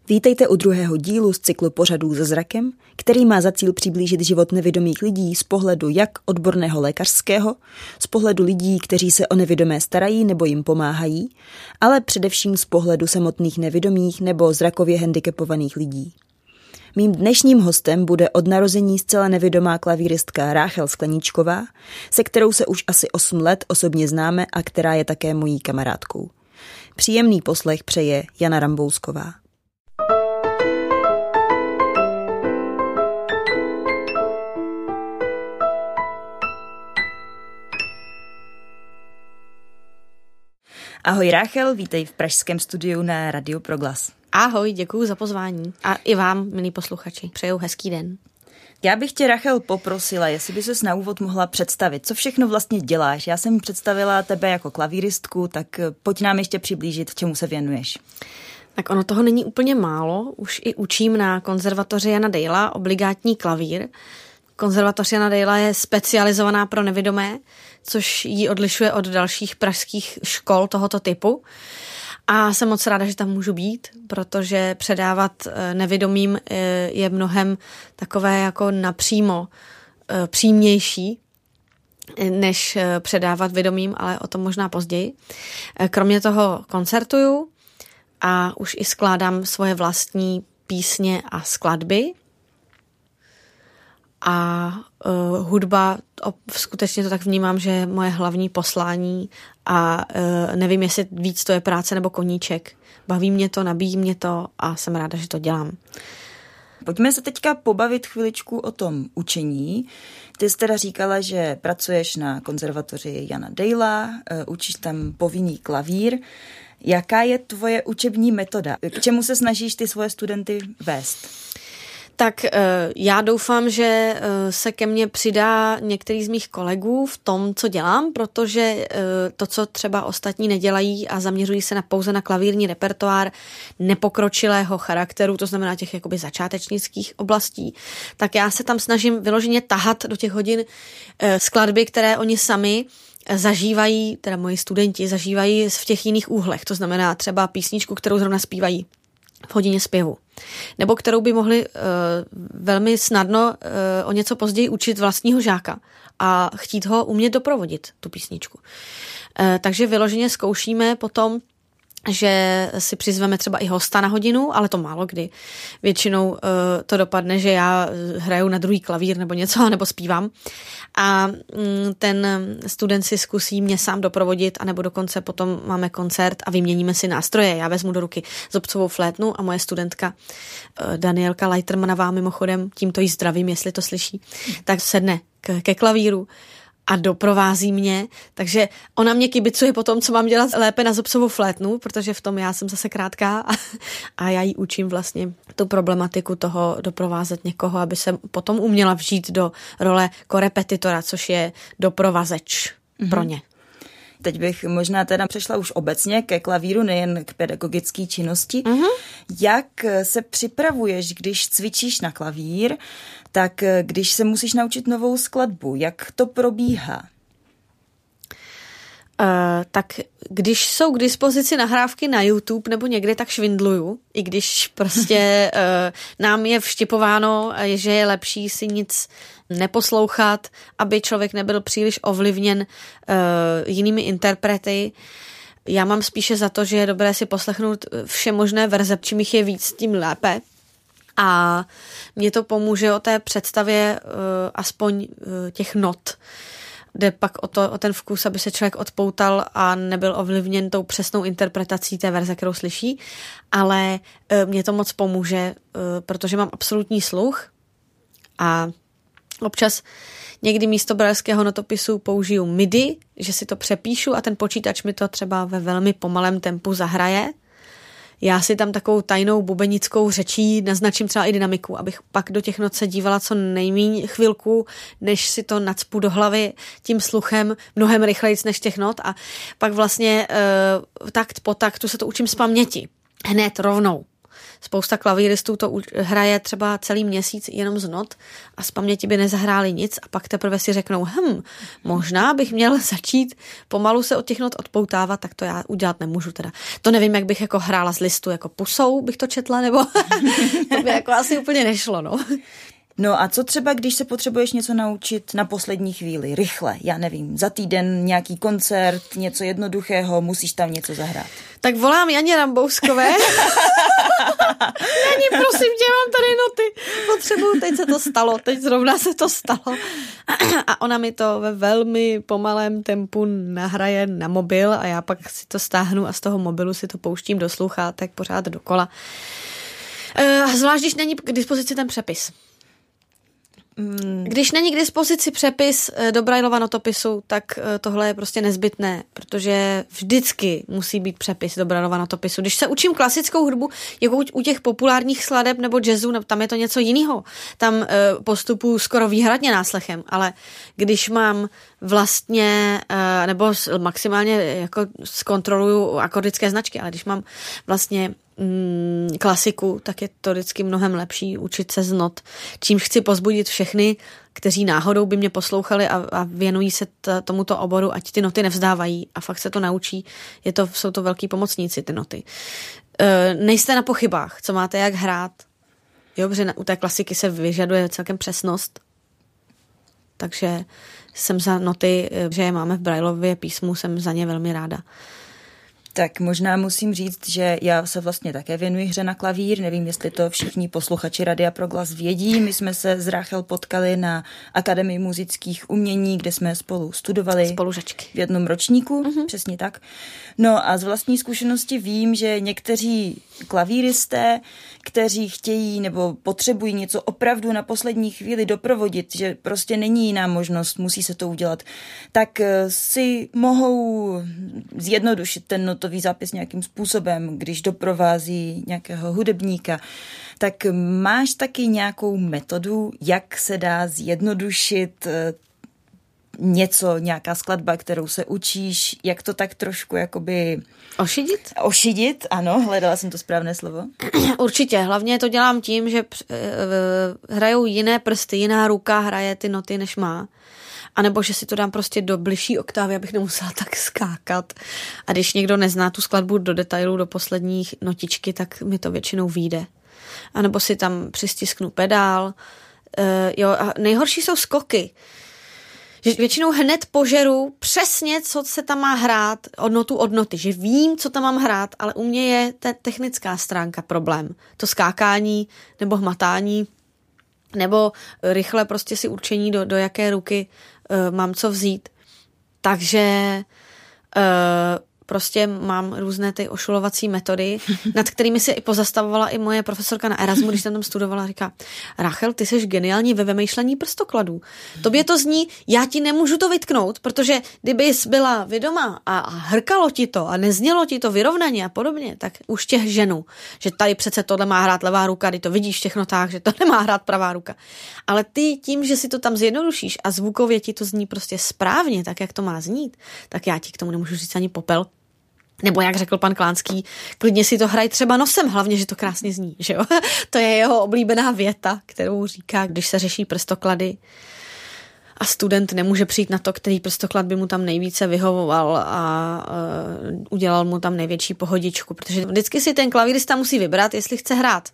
Vítejte u druhého dílu z cyklu pořadů se zrakem, který má za cíl přiblížit život nevidomých lidí z pohledu jak odborného lékařského, z pohledu lidí, kteří se o nevidomé starají nebo jim pomáhají, ale především z pohledu samotných nevidomých nebo zrakově handicapovaných lidí. Mým dnešním hostem bude od narození zcela nevidomá klavíristka Ráchel Skleníčková, se kterou se už asi 8 let osobně známe a která je také mojí kamarádkou. Příjemný poslech přeje Jana Rambousková. Ahoj Ráchel, vítej v pražském studiu na Radio Proglas. Ahoj, děkuji za pozvání. A i vám, milí posluchači, přeju hezký den. Já bych tě, Ráchel, poprosila, jestli by ses na úvod mohla představit, co všechno vlastně děláš. Já jsem představila tebe jako klavíristku, tak pojď nám ještě přiblížit, čemu se věnuješ. Tak ono toho není úplně málo. Už i učím na konzervatoři Jana Dejla obligátní klavír. Konzervatoř Jana Dejla je specializovaná pro nevidomé, což ji odlišuje od dalších pražských škol tohoto typu. A jsem moc ráda, že tam můžu být, protože předávat nevidomým je mnohem takové jako napřímo přímější, než předávat vědomým, ale o tom možná později. Kromě toho koncertuju a už i skládám svoje vlastní písně a skladby. A hudba, skutečně to tak vnímám, že je moje hlavní poslání a nevím, jestli víc to je práce nebo koníček. Baví mě to, nabíjí mě to a jsem ráda, že to dělám. Pojďme se teďka pobavit chviličku o tom učení. Ty jsi teda říkala, že pracuješ na konzervatoři Jana Dejla, učíš tam povinný klavír. Jaká je tvoje učební metoda? K čemu se snažíš ty svoje studenty vést? Tak já doufám, že se ke mně přidá některý z mých kolegů v tom, co dělám, protože to, co třeba ostatní nedělají a zaměřují se pouze na klavírní repertoár nepokročilého charakteru, to znamená těch jakoby začátečnických oblastí, tak já se tam snažím vyloženě tahat do těch hodin skladby, které oni sami zažívají, teda moji studenti zažívají v těch jiných úhlech, to znamená třeba písničku, kterou zrovna zpívají v hodině zpěvu. Nebo kterou by mohli velmi snadno o něco později učit vlastního žáka a chtít ho umět doprovodit, tu písničku. Takže vyloženě zkoušíme potom, že si přizveme třeba i hosta na hodinu, ale to málo kdy. Většinou to dopadne, že já hraju na druhý klavír nebo něco, nebo zpívám. A ten student si zkusí mě sám doprovodit, anebo dokonce potom máme koncert a vyměníme si nástroje. Já vezmu do ruky zobcovou flétnu a moje studentka Danielka Leitermanová, mimochodem, tímto jí zdravím, jestli to slyší, tak sedne ke klavíru a doprovází mě, takže ona mě kibicuje po tom, co mám dělat lépe na zobcovou flétnu, protože v tom já jsem zase krátká a já jí učím vlastně tu problematiku toho doprovázet někoho, aby se potom uměla vžít do role korepetitora, což je doprovazeč pro ně. Teď bych možná teda přešla už obecně ke klavíru, nejen k pedagogické činnosti. Jak se připravuješ, když cvičíš na klavír, tak když se musíš naučit novou skladbu, jak to probíhá? Tak když jsou k dispozici nahrávky na YouTube nebo někde, tak švindluju, i když prostě nám je vštěpováno, že je lepší si nic neposlouchat, aby člověk nebyl příliš ovlivněn jinými interprety. Já mám spíše za to, že je dobré si poslechnout vše možné verze, čím jich je víc, tím lépe. A mě to pomůže o té představě aspoň těch not. Jde pak o ten vkus, aby se člověk odpoutal a nebyl ovlivněn tou přesnou interpretací té verze, kterou slyší, ale mě to moc pomůže, protože mám absolutní sluch a občas někdy místo brajlského notopisu použiju MIDI, že si to přepíšu a ten počítač mi to třeba ve velmi pomalém tempu zahraje. Já si tam takovou tajnou bubenickou řečí naznačím třeba i dynamiku, abych pak do těch not se dívala co nejméně chvilku, než si to nacpu do hlavy tím sluchem mnohem rychleji než těch not a pak vlastně takt po taktu se to učím z paměti. Hned rovnou. spousta klavíristů to hraje třeba celý měsíc jenom z not a z paměti by nezahráli nic a pak teprve si řeknou, možná bych měl začít pomalu se od těch not odpoutávat, tak to já udělat nemůžu teda. To nevím, jak bych jako hrála z listu, jako pusou bych to četla, nebo to by jako asi úplně nešlo, no. No a co třeba, když se potřebuješ něco naučit na poslední chvíli, rychle, já nevím, za týden nějaký koncert, něco jednoduchého, musíš tam něco zahrát. Tak volám Janě Rambouskové. Janí, prosím tě, mám tady noty. Potřebuju, teď zrovna se to stalo. A ona mi to ve velmi pomalém tempu nahraje na mobil a já pak si to stáhnu a z toho mobilu si to pouštím do sluchátek pořád dokola. Zvlášť, když není k dispozici ten přepis. Když není k dispozici přepis do Braillova notopisu, tak tohle je prostě nezbytné, protože vždycky musí být přepis do Braillova notopisu. Když se učím klasickou hudbu, jako u těch populárních skladeb nebo jazzu, tam je to něco jiného. Tam postupuju skoro výhradně náslechem, ale když mám vlastně, nebo maximálně jako zkontroluju akordické značky, ale když mám vlastně klasiku, tak je to vždycky mnohem lepší učit se z not. Čímž chci pozbudit všechny, kteří náhodou by mě poslouchali a věnují se tomuto oboru, ať ty noty nevzdávají a fakt se to naučí. Jsou to velký pomocníci, ty noty. Nejste na pochybách, co máte jak hrát. Jo, protože u té klasiky se vyžaduje celkem přesnost. Takže jsem za noty, že je máme v Braillově písmu, jsem za ně velmi ráda. Tak možná musím říct, že já se vlastně také věnuji hře na klavír. Nevím, jestli to všichni posluchači Radia Proglas vědí. My jsme se s Ráchel potkali na Akademii muzických umění, kde jsme spolu studovali. Spolužačky. V jednom ročníku, přesně tak. No a z vlastní zkušenosti vím, že někteří klavíristé, kteří chtějí nebo potřebují něco opravdu na poslední chvíli doprovodit, že prostě není jiná možnost, musí se to udělat, tak si mohou zjednodušit ten notový zápis nějakým způsobem, když doprovází nějakého hudebníka. Tak máš taky nějakou metodu, jak se dá zjednodušit něco, nějaká skladba, kterou se učíš, jak to tak trošku jakoby... Ošidit? Ošidit, ano, hledala jsem to správné slovo. Určitě, hlavně to dělám tím, že hrajou jiné prsty, jiná ruka hraje ty noty, než má. A nebo že si to dám prostě do bližší oktávy, abych nemusela tak skákat. A když někdo nezná tu skladbu do detailu, do posledních notičky, tak mi to většinou vyjde. A nebo si tam přistisknu pedál. Jo, a nejhorší jsou skoky. Že většinou hned požeru přesně, co se tam má hrát od noty. Že vím, co tam mám hrát, ale u mě je ta technická stránka problém. To skákání nebo hmatání nebo rychle prostě si určení, do jaké ruky mám co vzít. Takže prostě mám různé ty ošulovací metody, nad kterými se i pozastavovala i moje profesorka na Erasmu, když jsem tam studovala, říká, Rachel, ty jsi geniální ve vymýšlení prstokladů. Tobě to zní, já ti nemůžu to vytknout, protože kdybys byla vědomá a hrkalo ti to a neznělo ti to vyrovnaně a podobně, tak už tě ženu, že tady přece tohle má hrát levá ruka, ty to vidíš v těch notách, že to nemá hrát pravá ruka. Ale ty tím, že si to tam zjednodušíš a zvukově ti to zní prostě správně, tak jak to má znít, tak já ti k tomu nemůžu říct ani popel. Nebo jak řekl pan Klánský, klidně si to hraj třeba nosem, hlavně, že to krásně zní, že jo? To je jeho oblíbená věta, kterou říká, když se řeší prstoklady a student nemůže přijít na to, který prstoklad by mu tam nejvíce vyhovoval a udělal mu tam největší pohodičku, protože vždycky si ten klavírista musí vybrat, jestli chce hrát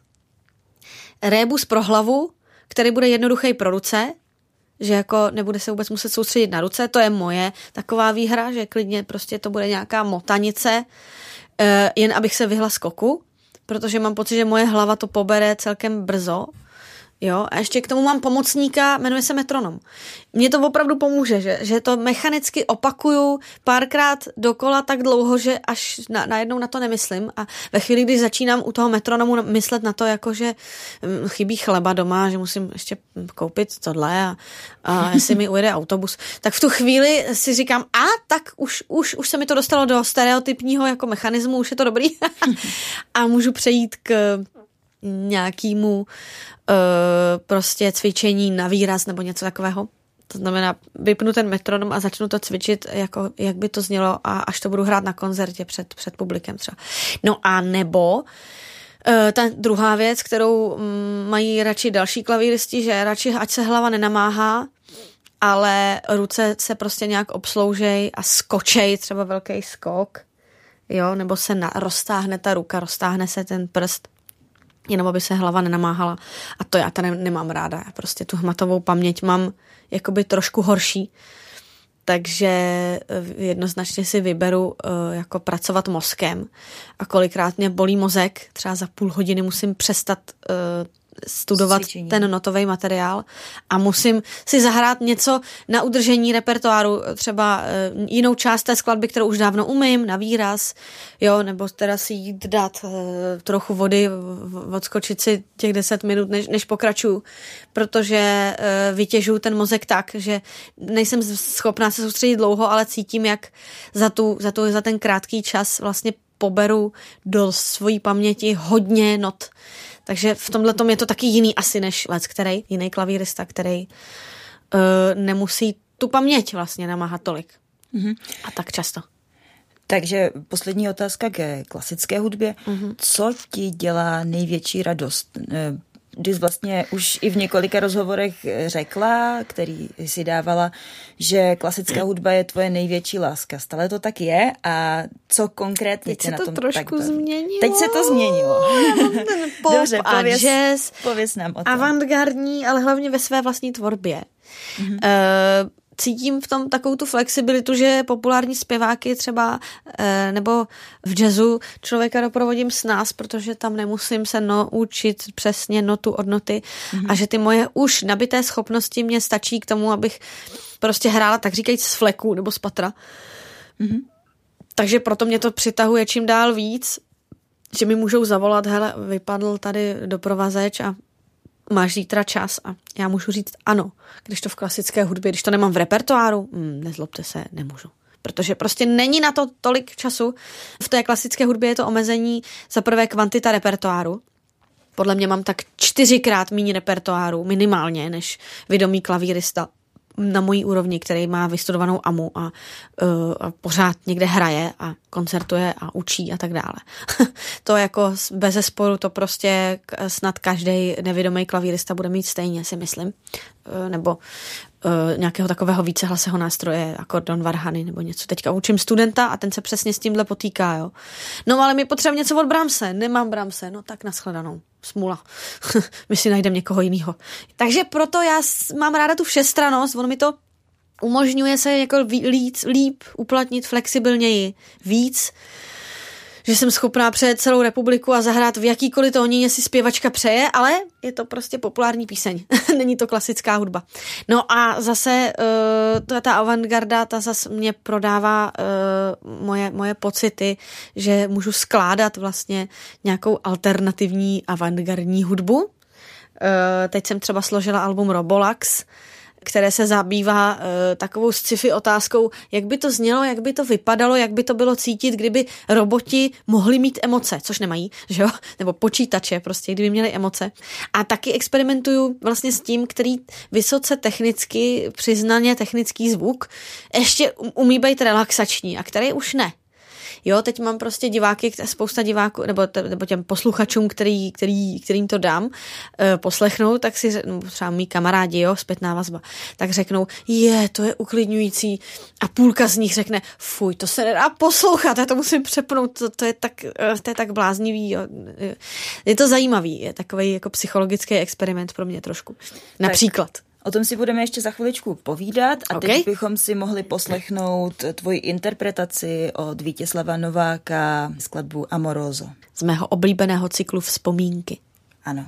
rébus pro hlavu, který bude jednoduchý pro ruce, že jako nebude se vůbec muset soustředit na ruce, to je moje taková výhra, že klidně prostě to bude nějaká motanice, jen abych se vyhla skoku, protože mám pocit, že moje hlava to pobere celkem brzo. Jo, a ještě k tomu mám pomocníka, jmenuje se metronom. Mně to opravdu pomůže, že to mechanicky opakuju párkrát dokola tak dlouho, že až najednou na to nemyslím a ve chvíli, když začínám u toho metronomu myslet na to, jako že chybí chleba doma, že musím ještě koupit tohle a jestli mi ujede autobus, tak v tu chvíli si říkám, tak už se mi to dostalo do stereotypního jako mechanismu, už je to dobrý a můžu přejít k nějakému prostě cvičení na výraz nebo něco takového. To znamená, vypnu ten metronom a začnu to cvičit, jako, jak by to znělo a až to budu hrát na koncertě před publikem třeba. No a nebo Ta druhá věc, kterou mají radši další klavíristi, že radši ať se hlava nenamáhá, ale ruce se prostě nějak obsloužej a skočej, třeba velký skok, jo, nebo se roztáhne ta ruka, roztáhne se ten prst, jenom aby se hlava nenamáhala. A to já tady nemám ráda. Já prostě tu hmatovou paměť mám jakoby trošku horší. Takže jednoznačně si vyberu jako pracovat mozkem. A kolikrát mě bolí mozek, třeba za půl hodiny musím přestat studovat ten notový materiál a musím si zahrát něco na udržení repertoáru, třeba jinou část té skladby, kterou už dávno umím, na výraz, jo, nebo teda si jít dát trochu vody, odskočit si těch 10 minut, než pokračuju, protože vytěžuju ten mozek tak, že nejsem schopná se soustředit dlouho, ale cítím, jak za ten krátký čas vlastně poberu do svojí paměti hodně not. Takže v tomhletom je to taky jiný asi než jiný klavírista, který nemusí tu paměť vlastně namáhat tolik. Mm-hmm. A tak často. Takže poslední otázka ke klasické hudbě. Mm-hmm. Co ti dělá největší radost? Když vlastně už i v několika rozhovorech řekla, který si dávala, že klasická hudba je tvoje největší láska. Stále to tak je? A co konkrétně tě na tom tak baví? Teď se to trošku změnilo. Teď se to změnilo. Pop dobře, a jazz, pověz nám o tom. Avantgardní, ale hlavně ve své vlastní tvorbě. Mm-hmm. Cítím v tom takovou tu flexibilitu, že populární zpěváky třeba nebo v jazzu člověka doprovodím s nás, protože tam nemusím se učit přesně notu od noty a že ty moje už nabité schopnosti mě stačí k tomu, abych prostě hrála tak říkajíc z fleku nebo z patra. Takže proto mě to přitahuje čím dál víc, že mi můžou zavolat, hele, vypadl tady doprovazeč a máš zítra čas a já můžu říct ano, když to v klasické hudbě, když to nemám v repertoáru, nezlobte se, nemůžu. Protože prostě není na to tolik času. V té klasické hudbě je to omezení za prvé kvantita repertoáru. Podle mě mám tak 4krát méně repertoáru minimálně, než vědomý klavírista na mojí úrovni, který má vystudovanou AMU a pořád někde hraje a koncertuje a učí a tak dále. To jako bezesporu to prostě snad každý nevědomý klavírista bude mít stejně, si myslím. Nebo nějakého takového vícehlasého nástroje, akordon, varhany nebo něco. Teďka učím studenta a ten se přesně s tímhle potýká, jo. No ale mi potřebujeme něco od Brahmse, nemám Brahmse, no tak nashledanou. Smůla. My si najdeme někoho jiného. Takže proto já mám ráda tu všestrannost, ono mi to umožňuje se jako líp uplatnit flexibilněji, víc, že jsem schopná přejet celou republiku a zahrát v jakýkoliv tónině si zpěvačka přeje, ale je to prostě populární píseň. Není to klasická hudba. No a zase ta avantgarda, ta zase mě prodává moje pocity, že můžu skládat vlastně nějakou alternativní avantgardní hudbu. Teď jsem třeba složila album Robolax, které se zabývá takovou sci-fi otázkou, jak by to znělo, jak by to vypadalo, jak by to bylo cítit, kdyby roboti mohli mít emoce, což nemají, že jo? Nebo počítače prostě, kdyby měli emoce. A taky experimentuju vlastně s tím, který vysoce technicky, přiznaně technický zvuk ještě umí být relaxační a který už ne. Jo, teď mám prostě diváky, spousta diváků, nebo těm posluchačům, kterým to dám poslechnout, tak si, třeba mý kamarádi, jo, zpětná vazba, tak řeknou, to je uklidňující a půlka z nich řekne, fuj, to se nedá poslouchat, já to musím přepnout, to je tak bláznivý, jo. Je to zajímavý, je takový jako psychologický experiment pro mě trošku. Například. O tom si budeme ještě za chviličku povídat a teď bychom si mohli poslechnout tvoji interpretaci od Vítězslava Nováka skladbu Amoroso. Z mého oblíbeného cyklu Vzpomínky. Ano.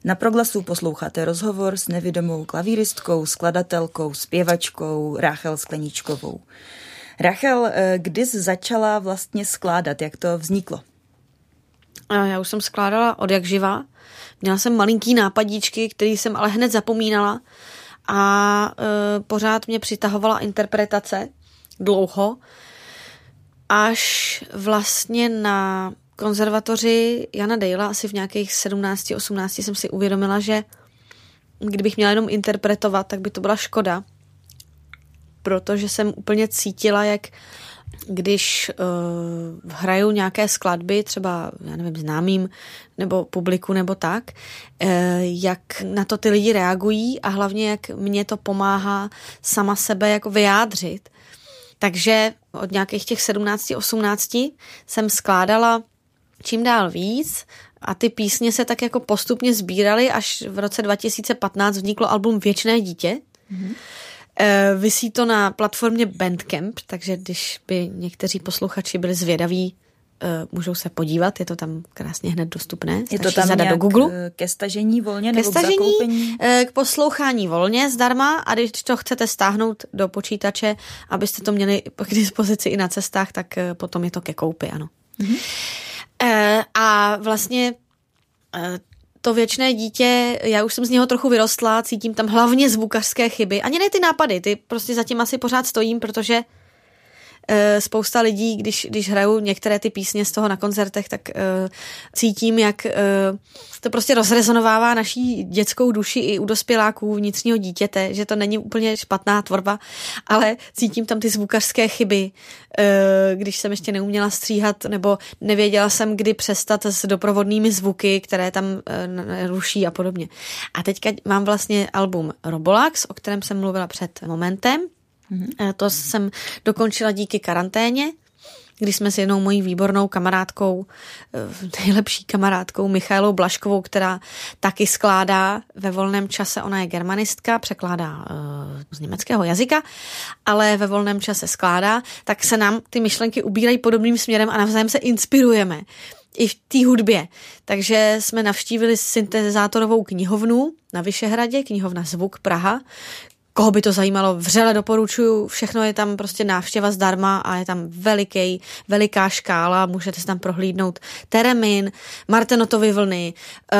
Na Proglasu posloucháte rozhovor s nevidomou klavíristkou, skladatelkou, zpěvačkou Ráchel Skleníčkovou. Ráchel, kdy jsi začala vlastně skládat? Jak to vzniklo? Já už jsem skládala od jak živa. Měla jsem malinký nápadíčky, který jsem ale hned zapomínala a pořád mě přitahovala interpretace dlouho, až vlastně na konzervatoři Jana Dejla asi v nějakých 17-18 jsem si uvědomila, že kdybych měla jenom interpretovat, tak by to byla škoda, protože jsem úplně cítila, jak když hraju nějaké skladby, třeba, já nevím, známým nebo publiku nebo tak, jak na to ty lidi reagují a hlavně jak mě to pomáhá sama sebe jako vyjádřit. Takže od nějakých těch 17-18 jsem skládala čím dál víc a ty písně se tak jako postupně sbíraly, až v roce 2015 vzniklo album Věčné dítě. Mm-hmm. Visí to na platformě Bandcamp, takže když by někteří posluchači byli zvědaví, můžou se podívat, je to tam krásně hned dostupné. Je to tam nějak do Google? Ke stažení volně nebo k zakoupení? K poslouchání volně zdarma a když to chcete stáhnout do počítače, abyste to měli k dispozici i na cestách, tak potom je to ke koupi, ano. Mm-hmm. A vlastně to Věčné dítě, já už jsem z něho trochu vyrostla, cítím tam hlavně zvukařské chyby. Ani ne ty nápady, ty prostě zatím asi pořád stojím, protože spousta lidí, když hraju některé ty písně z toho na koncertech, tak cítím, jak to prostě rozrezonovává naší dětskou duši i u dospěláků vnitřního dítěte, že to není úplně špatná tvorba, ale cítím tam ty zvukařské chyby, když jsem ještě neuměla stříhat nebo nevěděla jsem, kdy přestat s doprovodnými zvuky, které tam ruší a podobně. A teďka mám vlastně album Robolax, o kterém jsem mluvila před momentem. To jsem dokončila díky karanténě, kdy jsme s jednou mojí výbornou kamarádkou, nejlepší kamarádkou Michailou Blaškovou, která taky skládá ve volném čase, ona je germanistka, překládá z německého jazyka, ale ve volném čase skládá, tak se nám ty myšlenky ubírají podobným směrem a navzájem se inspirujeme i v té hudbě. Takže jsme navštívili syntetizátorovou knihovnu na Vyšehradě, knihovna Zvuk Praha. Koho by to zajímalo, vřele doporučuju, všechno je tam prostě návštěva zdarma a je tam veliká škála, můžete si tam prohlídnout Teremin, Martenotovy vlny,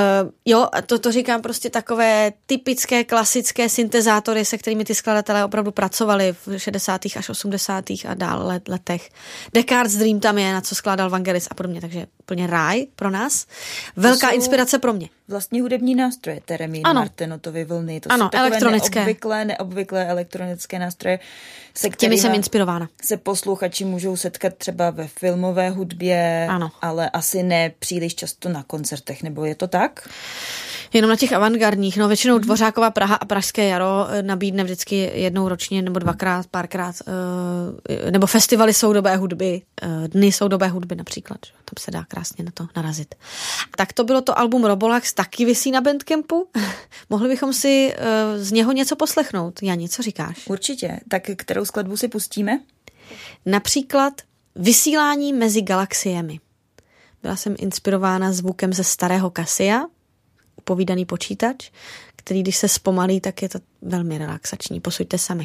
to říkám prostě takové typické klasické syntezátory, se kterými ty skladatelé opravdu pracovali v 60. až 80. a dál letech. Descartes Dream tam je, na co skládal Vangelis a podobně, takže úplně ráj pro nás. Velká inspirace pro mě. Vlastně hudební nástroje, Teremin, Martenotovy vlny, to ano, jsou takové elektronické. neobvyklé elektronické nástroje, se kterými jsem inspirována. Se posluchači můžou setkat třeba ve filmové hudbě, ale asi ne příliš často na koncertech, nebo je to tak? Jenom na těch avantgardních, většinou Dvořákova Praha a Pražské jaro nabídne vždycky jednou ročně nebo dvakrát, párkrát, nebo festivaly soudobé hudby, dny soudobé hudby například, tam se dá krásně na to narazit. Tak to bylo to album Robolax, taky visí na Bandcampu. Mohli bychom si z něho něco poslechnout. Jani, co říkáš? Určitě. Tak kterou skladbu si pustíme? Například Vysílání mezi galaxiemi. Byla jsem inspirována zvukem ze starého Cassia, upovídaný počítač, který když se zpomalí, tak je to velmi relaxační. Posuďte sami.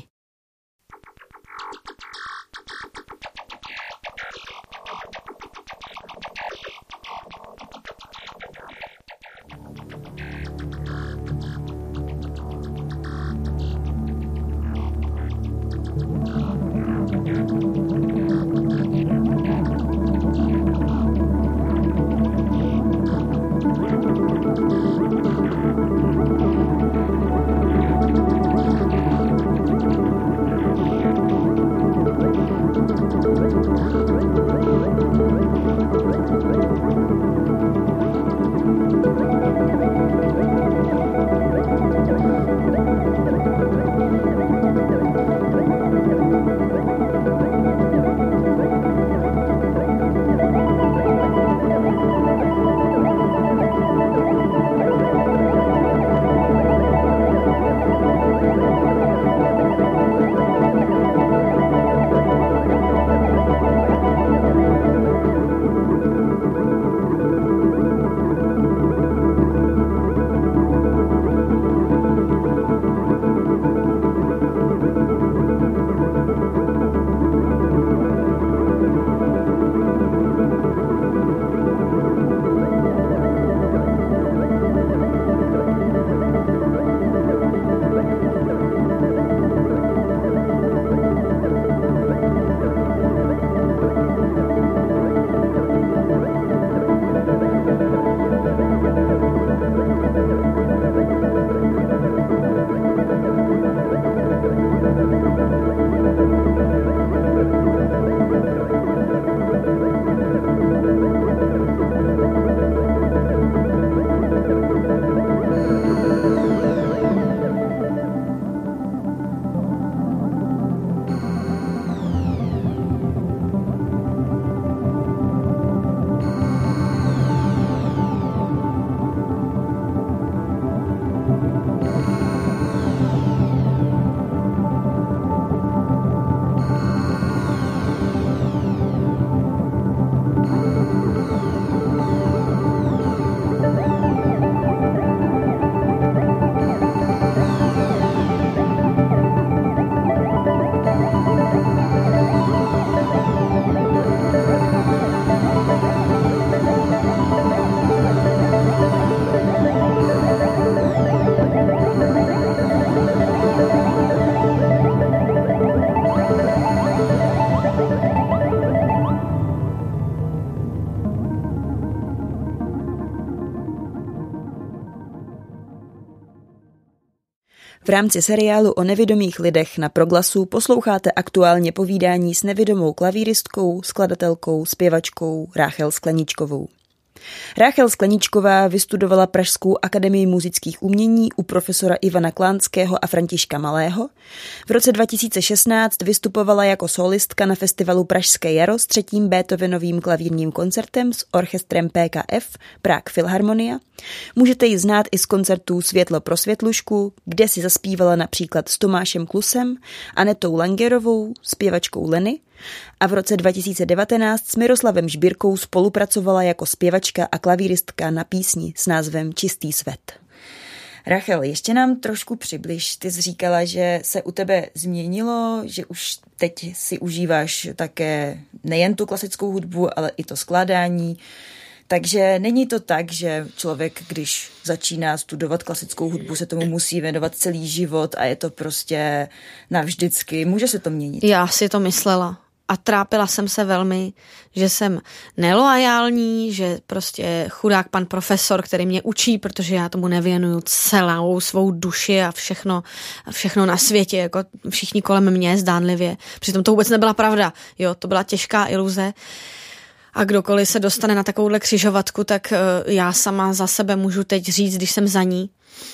V rámci seriálu o nevidomých lidech na Proglasu posloucháte aktuálně povídání s nevidomou klavíristkou, skladatelkou, zpěvačkou Ráchel Skleničkovou. Ráchel Skleničková vystudovala Pražskou akademii múzických umění u profesora Ivana Klánského a Františka Malého. V roce 2016 vystupovala jako solistka na festivalu Pražské jaro s 3. Beethovenovým klavírním koncertem s orchestrem PKF Prague Philharmonia. Můžete ji znát i z koncertů Světlo pro světlušku, kde si zaspívala například s Tomášem Klusem, Anetou Langerovou, zpěvačkou Leny, a v roce 2019 s Miroslavem Žbírkou spolupracovala jako zpěvačka a klavíristka na písni s názvem Čistý svět. Rachel, ještě nám trošku přibliž. Ty jsi říkala, že se u tebe změnilo, že už teď si užíváš také nejen tu klasickou hudbu, ale i to skládání. Takže není to tak, že člověk, když začíná studovat klasickou hudbu, se tomu musí věnovat celý život a je to prostě navždycky. Může se to měnit? Já si to myslela. A trápila jsem se velmi, že jsem neloajální, že prostě chudák pan profesor, který mě učí, protože já tomu nevěnuju celou svou duši a všechno na světě, jako všichni kolem mě zdánlivě. Přitom to vůbec nebyla pravda, jo, to byla těžká iluze. A kdokoliv se dostane na takovouhle křižovatku, tak já sama za sebe můžu teď říct, když jsem za ní,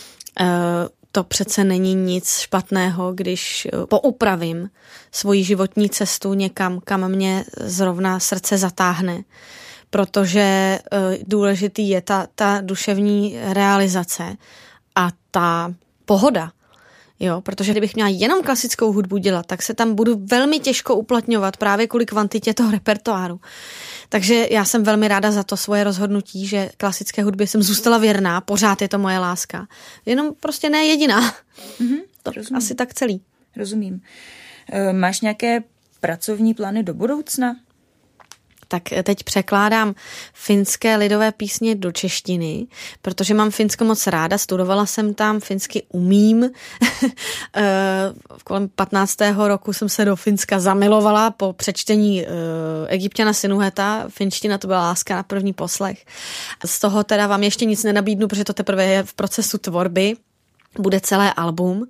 to přece není nic špatného, když poupravím svoji životní cestu někam, kam mě zrovna srdce zatáhne. Protože důležitý je ta duševní realizace a ta pohoda. Jo, protože kdybych měla jenom klasickou hudbu dělat, tak se tam budu velmi těžko uplatňovat právě kvůli kvantitě toho repertoáru. Takže já jsem velmi ráda za to svoje rozhodnutí, že klasické hudbě jsem zůstala věrná, pořád je to moje láska. Jenom prostě ne jediná. To rozumím. Asi tak celý. Rozumím. Máš nějaké pracovní plány do budoucna? Tak teď překládám finské lidové písně do češtiny, protože mám Finsko moc ráda, studovala jsem tam, finsky umím. Kolem 15. roku jsem se do Finska zamilovala po přečtení Egypťana Sinuheta. Finština to byla láska na první poslech. Z toho teda vám ještě nic nenabídnu, protože to teprve je v procesu tvorby. Bude celé album.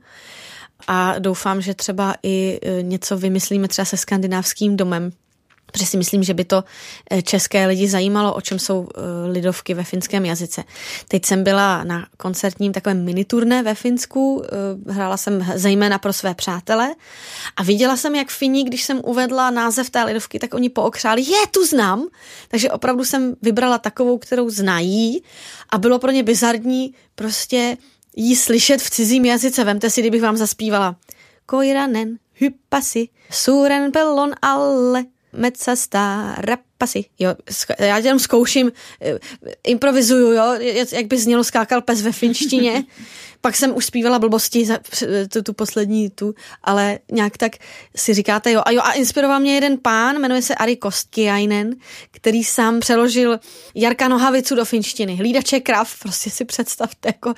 A doufám, že třeba i něco vymyslíme třeba se skandinávským domem, protože si myslím, že by to české lidi zajímalo, o čem jsou lidovky ve finském jazyce. Teď jsem byla na koncertním takovém miniturné ve Finsku, hrála jsem zejména pro své přátele a viděla jsem, jak Fini, když jsem uvedla název té lidovky, tak oni pookřáli, tu znám, takže opravdu jsem vybrala takovou, kterou znají a bylo pro ně bizarní prostě jí slyšet v cizím jazyce. Vemte si, kdybych vám zaspívala Koiranen hyppasi, suuren pellon alle, metsasta rapasi. Jo, já jenom zkouším, improvizuju, jo, jak by znělo skákal pes ve finštině. Pak jsem už zpívala blbosti tu poslední ale nějak tak si říkáte, a inspiroval mě jeden pán, jmenuje se Ari Kostiainen, který sám přeložil Jarka Nohavicu do finštiny. Hlídače krav, prostě si představte, jako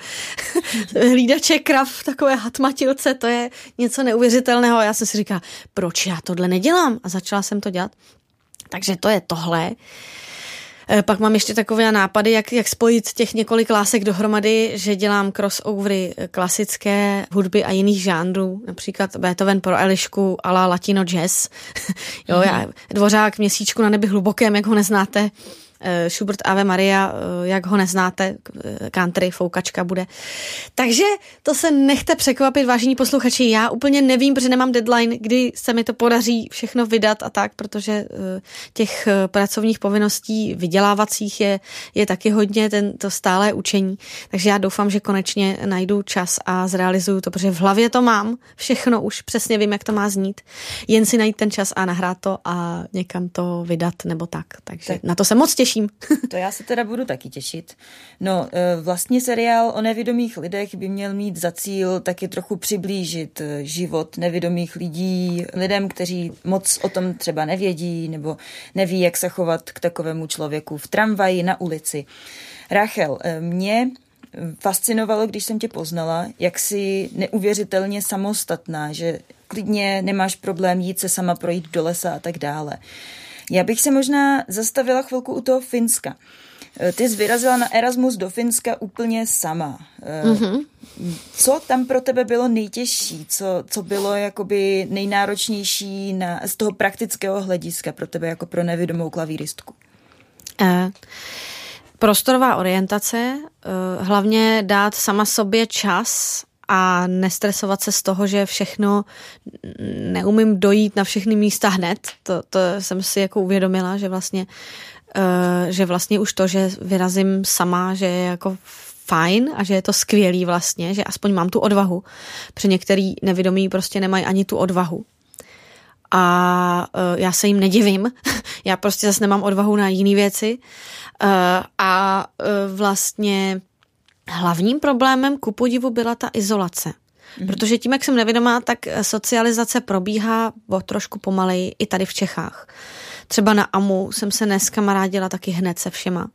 hlídače krav v takové hatmatilce, to je něco neuvěřitelného. A já jsem si říkala, proč já tohle nedělám? A začala jsem to dělat. Takže to je tohle. Pak mám ještě takové nápady, jak spojit těch několik lásek dohromady, že dělám crossovery klasické hudby a jiných žánrů, například Beethoven pro Elišku a la latino jazz. Jo, já Dvořák Měsíčku na nebi hlubokém, jak ho neznáte, Schubert Ave Maria, jak ho neznáte, country, foukačka bude. Takže to se nechte překvapit, vážení posluchači, já úplně nevím, protože nemám deadline, kdy se mi to podaří všechno vydat a tak, protože těch pracovních povinností vydělávacích je taky hodně, to stálé učení, takže já doufám, že konečně najdu čas a zrealizuju to, protože v hlavě to mám, všechno už přesně vím, jak to má znít, jen si najít ten čas a nahrát to a někam to vydat nebo tak, takže na to se moc těším. To já se teda budu taky těšit. No, vlastně seriál o nevidomých lidech by měl mít za cíl taky trochu přiblížit život nevidomých lidí, lidem, kteří moc o tom třeba nevědí nebo neví, jak se chovat k takovému člověku v tramvaji, na ulici. Rachel, mě fascinovalo, když jsem tě poznala, jak jsi neuvěřitelně samostatná, že klidně nemáš problém jít se sama projít do lesa a tak dále. Já bych se možná zastavila chvilku u toho Finska. Ty jsi vyrazila na Erasmus do Finska úplně sama. Co tam pro tebe bylo nejtěžší? Co bylo jakoby nejnáročnější z toho praktického hlediska pro tebe jako pro nevidomou klavíristku? Prostorová orientace, hlavně dát sama sobě čas a nestresovat se z toho, že všechno neumím dojít na všechny místa hned. To jsem si jako uvědomila, že vlastně už to, že vyrazím sama, že je jako fajn a že je to skvělý vlastně, že aspoň mám tu odvahu. Protože některý nevidomí prostě nemají ani tu odvahu. A já se jim nedivím. Já prostě zase nemám odvahu na jiné věci. A vlastně hlavním problémem ku podivu byla ta izolace. Protože tím, jak jsem nevědomá, tak socializace probíhá o trošku pomaleji i tady v Čechách. Třeba na AMU jsem se neskamarádila taky hned se všema.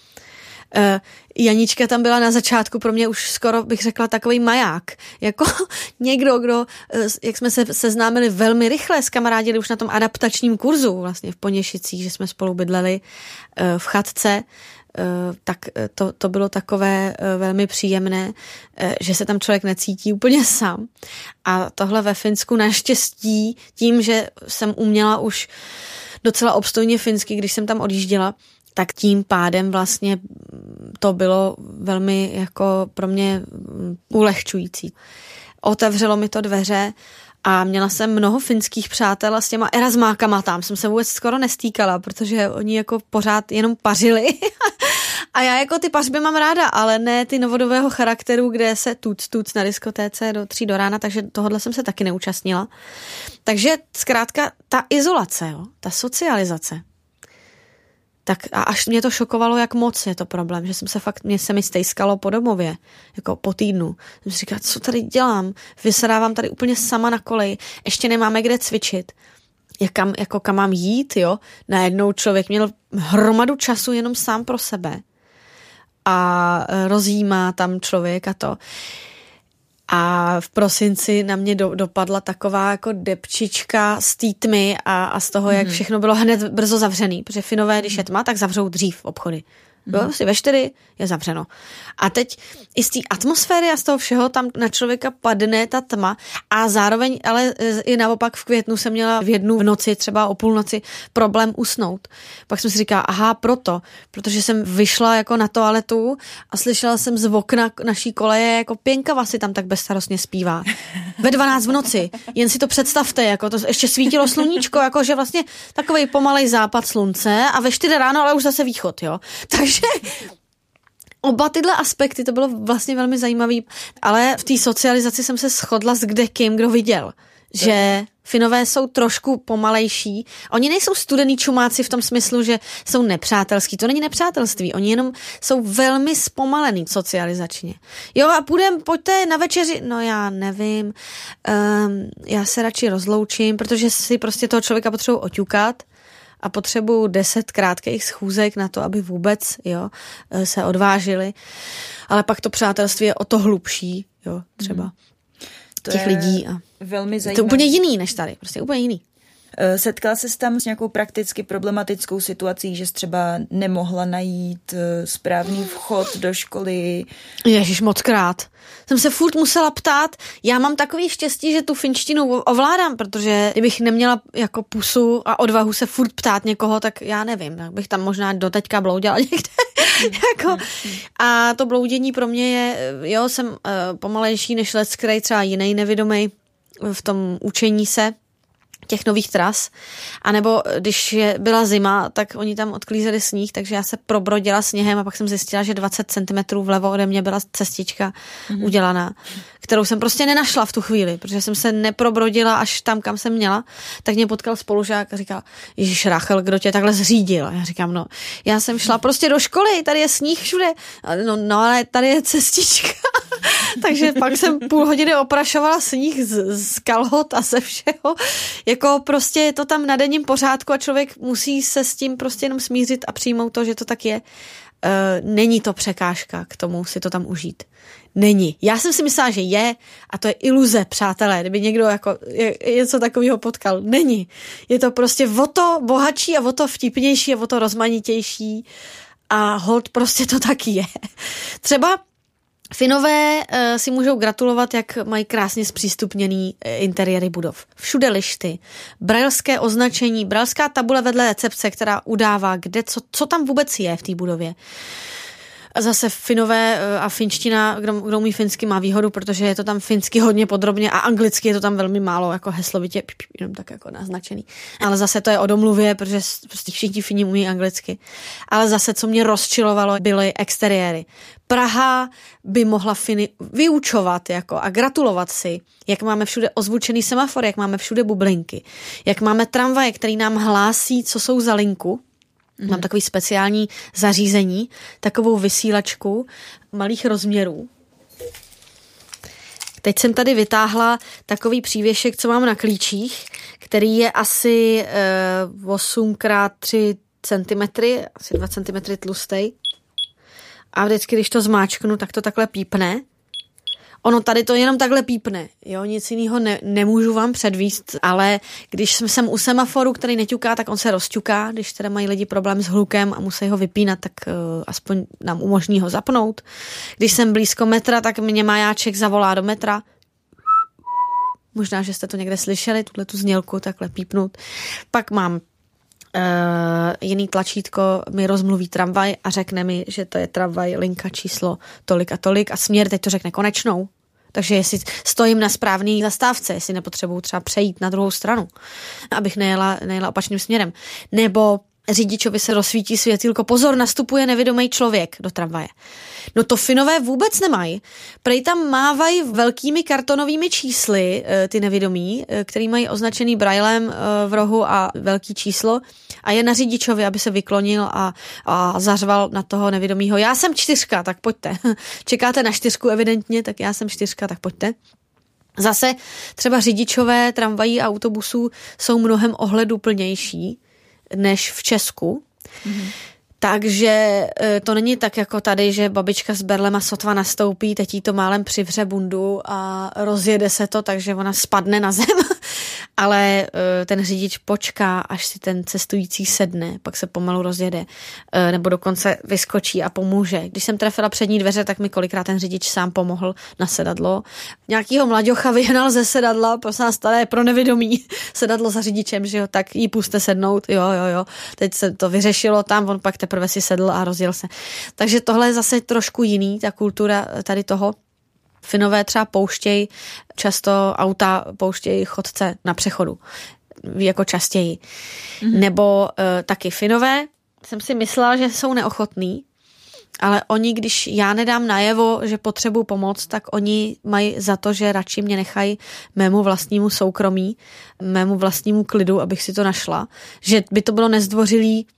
Janička tam byla na začátku pro mě už skoro, bych řekla, takový maják. Jako někdo, kdo, jak jsme se seznámili velmi rychle, skamarádili už na tom adaptačním kurzu vlastně v Poněšicích, že jsme spolu bydleli v chatce, tak to bylo takové velmi příjemné, že se tam člověk necítí úplně sám. A tohle ve Finsku naštěstí tím, že jsem uměla už docela obstojně finsky, když jsem tam odjížděla, tak tím pádem vlastně to bylo velmi jako pro mě ulehčující. Otevřelo mi to dveře a měla jsem mnoho finských přátel a s těma erasmákama tam jsem se vůbec skoro nestýkala, protože oni jako pořád jenom pařili. A já jako ty pařby mám ráda, ale ne ty novodobého charakteru, kde se tuc na diskotéce do 3 do rána, takže tohodle jsem se taky neúčastnila. Takže zkrátka ta izolace, jo, ta socializace. Tak a až mě to šokovalo, jak moc je to problém, že mě se mi stejskalo po domově, jako po týdnu. Jsem si říkala, co tady dělám? Vysedávám tady úplně sama na koleji, ještě nemáme kde cvičit. Kam mám jít, jo? Najednou člověk měl hromadu času jenom sám pro sebe. A rozjímá tam člověk a to. A v prosinci na mě dopadla taková jako depčička z té tmy a z toho, jak všechno bylo hned brzo zavřený, protože Finové, když je tma, tak zavřou dřív obchody. Jo, si ve 4 je zavřeno. A teď i z té atmosféry a z toho všeho tam na člověka padne ta tma a zároveň, ale i naopak v květnu jsem měla v 1 v noci, třeba o půlnoci, problém usnout. Pak jsem si říkala, protože jsem vyšla jako na toaletu a slyšela jsem z okna naší koleje, jako Pěnkava si tam tak bezstarostně zpívá. Ve 12 v noci. Jen si to představte, jako to ještě svítilo sluníčko, jako že vlastně takovej pomalej západ slunce a ve 4 ráno, ale už zase východ, jo. Takže oba tyhle aspekty, to bylo vlastně velmi zajímavý, ale v té socializaci jsem se shodla s kdekým, kdo viděl, že Finové jsou trošku pomalejší. Oni nejsou studený čumáci v tom smyslu, že jsou nepřátelský. To není nepřátelství. Oni jenom jsou velmi zpomalený socializačně. Jo a pojďte na večeři. No já nevím. Já se radši rozloučím, protože si prostě toho člověka potřebuji oťukat a potřebuji 10 krátkých schůzek na to, aby vůbec se odvážili. Ale pak to přátelství je o to hlubší, jo, třeba těch lidí. A velmi zajímavé. To je úplně jiný než tady, prostě úplně jiný. Setkala ses tam s nějakou prakticky problematickou situací, že jsi třeba nemohla najít správný vchod do školy? Ježiš, mockrát. Jsem se furt musela ptát. Já mám takový štěstí, že tu finštinu ovládám, protože kdybych neměla jako pusu a odvahu se furt ptát někoho, tak já nevím, tak bych tam možná doteďka bloudila někde. A to bloudění pro mě je, jsem pomalejší než leckrej, třeba jiný nevidomej v tom učení se těch nových tras. A nebo když byla zima, tak oni tam odklízeli sníh, takže já se probrodila sněhem a pak jsem zjistila, že 20 cm vlevo ode mě byla cestička udělaná, kterou jsem prostě nenašla v tu chvíli, protože jsem se neprobrodila až tam, kam jsem měla. Tak mě potkal spolužák a říkal, Ježíš Rachel, kdo tě takhle zřídil? A já říkám, já jsem šla prostě do školy, tady je sníh všude. No ale tady je cestička. Takže pak jsem půl hodiny oprašovala sníh z kalhot a ze všeho. Jako prostě je to tam na denním pořádku a člověk musí se s tím prostě jenom smířit a přijmout to, že to tak je. Není to překážka k tomu si to tam užít. Není. Já jsem si myslela, že je a to je iluze, přátelé, kdyby někdo jako něco takového potkal. Není. Je to prostě o to bohatší a o to vtipnější a o to rozmanitější a hold prostě to taky je. Třeba Finové si můžou gratulovat, jak mají krásně zpřístupněný interiéry budov. Všude lišty, brailské označení, brailská tabule vedle recepce, která udává, kde, co tam vůbec je v té budově. A zase Finové a finština, kdo umí finsky, má výhodu, protože je to tam finsky hodně podrobně a anglicky je to tam velmi málo, jako heslovitě, jenom tak jako naznačený. Ale zase to je o domluvě, protože prostě všichni Fini umí anglicky. Ale zase, co mě rozčilovalo, byly exteriéry. Praha by mohla Finy vyučovat jako a gratulovat si, jak máme všude ozvučený semafor, jak máme všude bublinky, jak máme tramvaje, který nám hlásí, co jsou za linku. Mám takový speciální zařízení, takovou vysílačku malých rozměrů. Teď jsem tady vytáhla takový přívěšek, co mám na klíčích, který je asi 8x3 cm, asi 2 cm tlustej. A vždycky, když to zmáčknu, tak to takhle pípne. Ono tady to jenom takhle pípne, jo, nic jiného nemůžu vám předvíst, ale když jsem u semaforu, který neťuká, tak on se rozťuká, když teda mají lidi problém s hlukem a musí ho vypínat, tak aspoň nám umožní ho zapnout. Když jsem blízko metra, tak mě majáček zavolá do metra. Možná, že jste to někde slyšeli, tu znělku takhle pípnout. Pak mám jiný tlačítko, mi rozmluví tramvaj a řekne mi, že to je tramvaj linka číslo tolik a tolik a směr teď to řekne konečnou. Takže jestli stojím na správné zastávce, jestli nepotřebuju třeba přejít na druhou stranu, abych nejela opačným směrem. Nebo řidičovi se rozsvítí světýlko, pozor, nastupuje nevědomý člověk do tramvaje. No to Finové vůbec nemají. Prej tam mávají velkými kartonovými čísly ty nevědomí, který mají označený braillem v rohu a velký číslo a je na řidičovi, aby se vyklonil a zařval na toho nevědomího. Já jsem 4, tak pojďte. Čekáte na 4 evidentně, tak já jsem 4, tak pojďte. Zase třeba řidičové tramvají a autobusů jsou mnohem ohleduplnější než v Česku. Takže to není tak jako tady, že babička s berlema sotva nastoupí, teď jí to málem přivře bundu a rozjede se to, takže ona spadne na zem. Ale ten řidič počká, až si ten cestující sedne, pak se pomalu rozjede, nebo dokonce vyskočí a pomůže. Když jsem trefila přední dveře, tak mi kolikrát ten řidič sám pomohl na sedadlo. Nějakýho mlaďocha vyhnal ze sedadla, prosím vás, staré pro nevědomí sedadlo za řidičem, že jo, tak jí puste sednout, jo. Teď se to vyřešilo tam, on pak teprve si sedl a rozjel se. Takže tohle je zase trošku jiný, ta kultura tady toho. Finové třeba pouštějí, často auta pouštějí chodce na přechodu, jako častěji. Nebo taky Finové, jsem si myslela, že jsou neochotní, ale oni, když já nedám najevo, že potřebuji pomoc, tak oni mají za to, že radši mě nechají mému vlastnímu soukromí, mému vlastnímu klidu, abych si to našla. Že by to bylo nezdvořilý.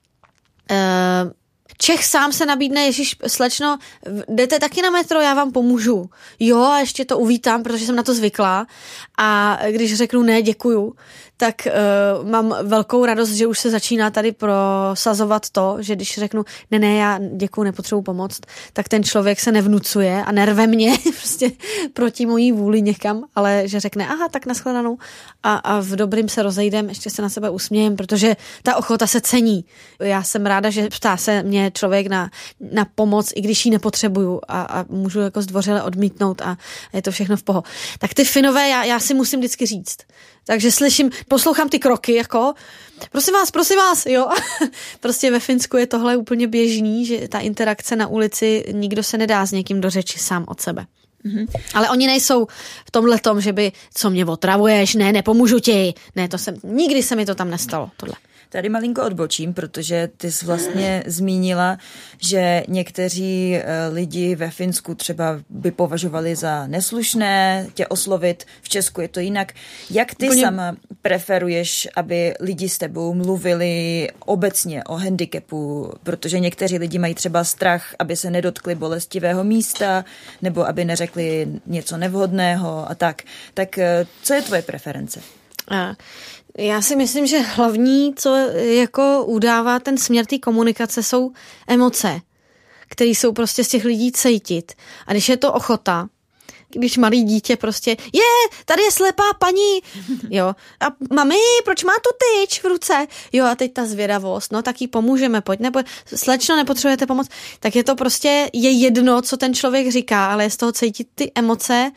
Čech sám se nabídne, ježiš, slečno, jdete taky na metro, já vám pomůžu. Jo, a ještě to uvítám, protože jsem na to zvyklá. A když řeknu ne, děkuju, tak mám velkou radost, že už se začíná tady prosazovat to, že když řeknu ne, já děkuju, nepotřebuji pomoct, tak ten člověk se nevnucuje a nerve mě prostě proti mojí vůli někam, ale že řekne, aha, tak nashledanou a v dobrým se rozejdem, ještě se na sebe usmějem, protože ta ochota se cení. Já jsem ráda, že ptá se mě člověk na pomoc, i když ji nepotřebuju a můžu jako zdvořile odmítnout a je to všechno v poho. Tak ty Finové já si musím vždycky říct. Takže poslouchám ty kroky, jako prosím vás, jo. Prostě ve Finsku je tohle úplně běžný, že ta interakce na ulici, nikdo se nedá s někým do řeči sám od sebe. Ale oni nejsou v tomhletom, že by, co mě otravuješ, ne, nepomůžu ti. Ne, nikdy se mi to tam nestalo, tohle. Tady malinko odbočím, protože ty jsi vlastně zmínila, že někteří lidi ve Finsku třeba by považovali za neslušné tě oslovit, v Česku je to jinak. Jak ty sama preferuješ, aby lidi s tebou mluvili obecně o handicapu, protože někteří lidi mají třeba strach, aby se nedotkli bolestivého místa, nebo aby neřekli něco nevhodného a tak. Tak co je tvoje preference? Já si myslím, že hlavní, co jako udává ten směr té komunikace, jsou emoce, které jsou prostě z těch lidí cítit. A když je to ochota, Když malý dítě prostě, tady je slepá paní, jo, a mami, proč má tu tyč v ruce? Jo, a teď ta zvědavost, no tak jí pomůžeme, pojď, nebo slečno, nepotřebujete pomoc, tak je to prostě, je jedno, co ten člověk říká, ale je z toho cítit ty emoce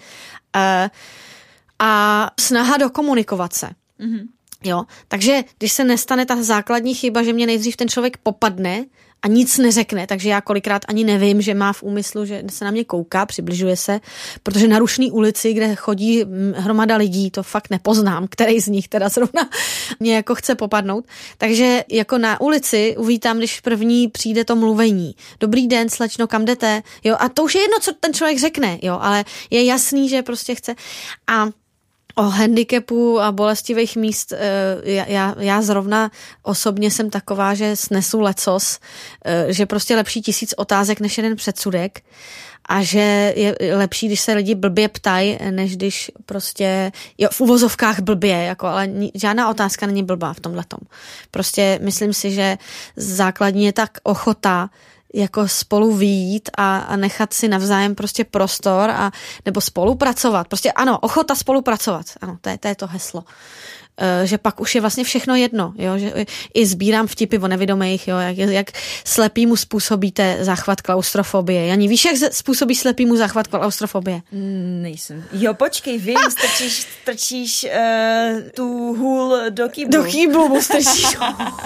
a snaha dokomunikovat se. Mm-hmm. Jo, takže když se nestane ta základní chyba, že mě nejdřív ten člověk popadne a nic neřekne, takže já kolikrát ani nevím, že má v úmyslu, že se na mě kouká, přibližuje se, protože na rušný ulici, kde chodí hromada lidí, to fakt nepoznám, který z nich teda zrovna mě jako chce popadnout. Takže jako na ulici uvítám, když první přijde to mluvení. Dobrý den, slečno, kam jdete? Jo, a to už je jedno, co ten člověk řekne, jo, ale je jasný, že prostě chce. A o handicapu a bolestivých míst, já zrovna osobně jsem taková, že snesu lecos, že prostě lepší 1000 otázek než jeden předsudek a že je lepší, když se lidi blbě ptají, než když prostě, jo, v uvozovkách blbě, jako, ale žádná otázka není blbá v tomhletom. Prostě myslím si, že základní je tak ochota jako spolu vyjít a nechat si navzájem prostě prostor a nebo spolupracovat. Prostě ano, ochota spolupracovat. Ano, to je to heslo. Že pak už je vlastně všechno jedno, jo, že i sbírám vtipy o nevidomých, jo, jak slepýmu způsobíte záchvat klaustrofobie. Jani, víš, jak způsobí slepýmu záchvat klaustrofobie? Nejsem. Jo, počkej, vím, strčíš tu hůl do kýblu. Do kýblu mu strčíš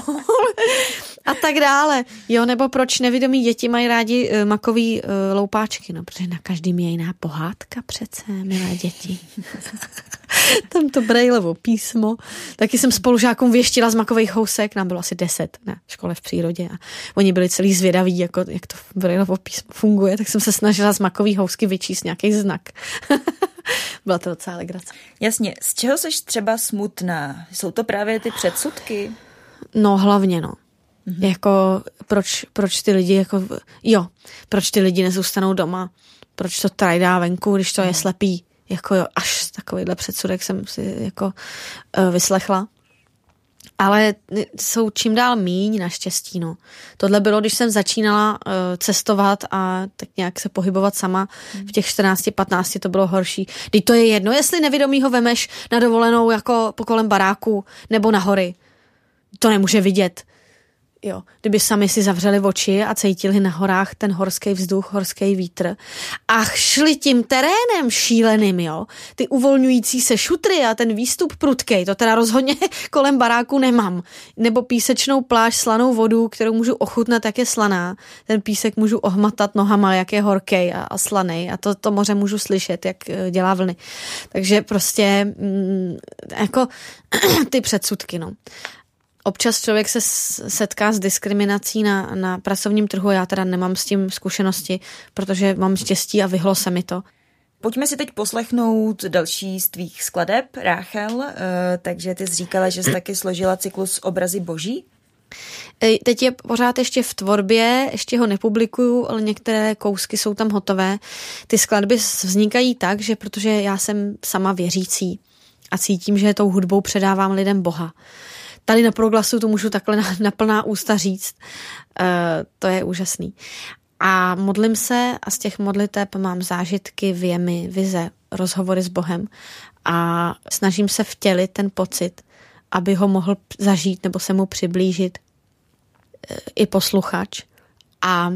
a tak dále. Jo, nebo proč nevidomí děti mají rádi makový loupáčky, no, protože na každým je jiná pohádka přece, milé děti. Tam to Brailleovo písmo. Taky jsem spolužákům věštila z makových housek, nám bylo asi 10 na škole v přírodě a oni byli celý zvědaví, jako, jak to Brailleovo písmo funguje, tak jsem se snažila z makových housky vyčíst nějaký znak. Byla to docela legrace. Jasně, z čeho seš třeba smutná? Jsou to právě ty předsudky? No hlavně, no. Mm-hmm. Jako, proč ty lidi, jako, jo, proč ty lidi nezůstanou doma? Proč to trajdá venku, když to je slepý? Jako jo, až takovýhle předsudek jsem si jako vyslechla. Ale jsou čím dál míň naštěstí, no. Tohle bylo, když jsem začínala cestovat a tak nějak se pohybovat sama v těch 14-15, to bylo horší. Teď to je jedno, jestli nevidomýho vemeš na dovolenou jako po kolem baráku nebo na hory. To nemůže vidět. Jo, kdyby sami si zavřeli oči a cítili na horách ten horský vzduch, horský vítr a šli tím terénem šíleným, jo, ty uvolňující se šutry a ten výstup prudkej, to teda rozhodně kolem baráku nemám. Nebo písečnou pláž, slanou vodu, kterou můžu ochutnat, jak je slaná. Ten písek můžu ohmatat nohama, jak je horkej a slanej a to moře můžu slyšet, jak dělá vlny. Takže prostě jako ty předsudky, no. Občas člověk se setká s diskriminací na pracovním trhu, já teda nemám s tím zkušenosti, protože mám štěstí a vyhlo se mi to. Pojďme si teď poslechnout další z tvých skladeb, Ráchel, takže ty jsi říkala, že jsi taky složila cyklus Obrazy boží. Teď je pořád ještě v tvorbě, ještě ho nepublikuju, ale některé kousky jsou tam hotové. Ty skladby vznikají tak, že protože já jsem sama věřící a cítím, že tou hudbou předávám lidem Boha. Tady na Proglasu to můžu takhle na plná ústa říct. To je úžasný. A modlím se a z těch modliteb mám zážitky, věmy, vize, rozhovory s Bohem a snažím se vtělit ten pocit, aby ho mohl zažít nebo se mu přiblížit i posluchač. A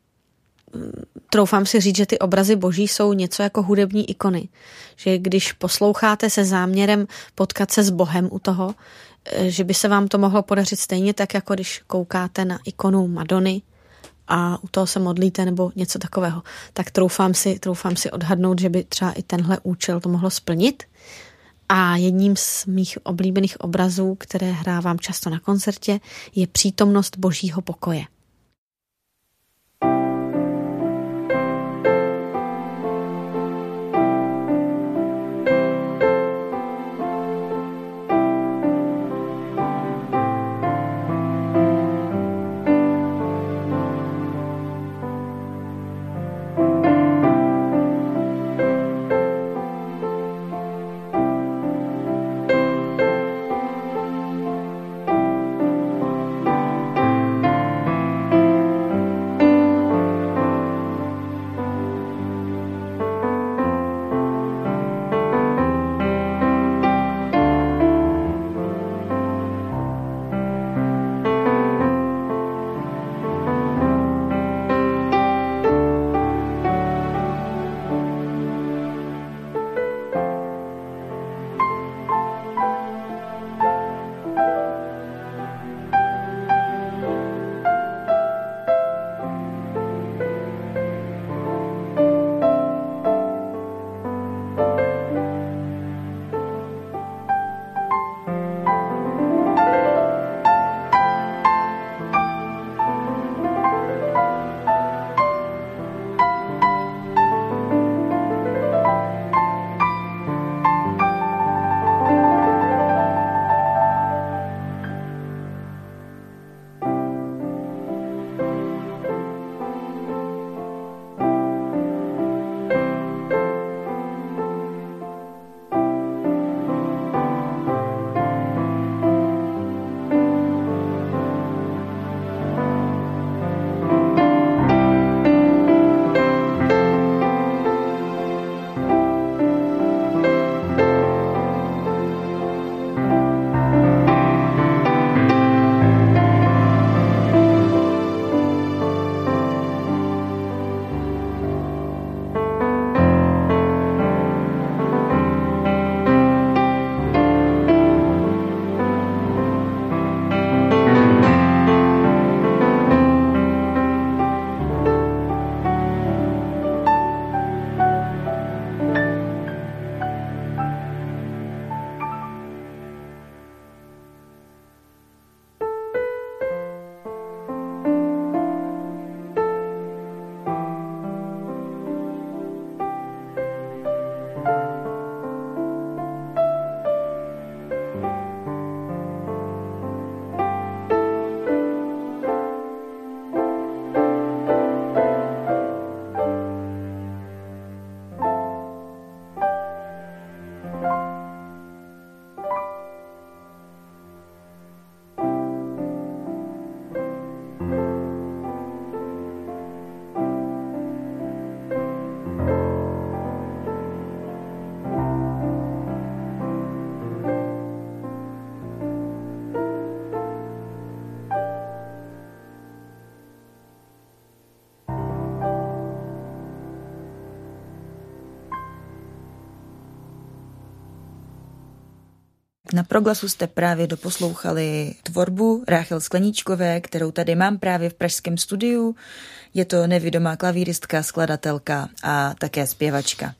troufám si říct, že ty obrazy boží jsou něco jako hudební ikony. Že když posloucháte se záměrem potkat se s Bohem u toho, že by se vám to mohlo podařit stejně tak, jako když koukáte na ikonu Madony a u toho se modlíte nebo něco takového. Tak troufám si odhadnout, že by třeba i tenhle účel to mohlo splnit. A jedním z mých oblíbených obrazů, které hrávám často na koncertě, je přítomnost Božího pokoje. Na Proglasu jste právě doposlouchali tvorbu Ráchel Skleníčkové, kterou tady mám právě v pražském studiu. Je to nevidomá klavíristka, skladatelka a také zpěvačka.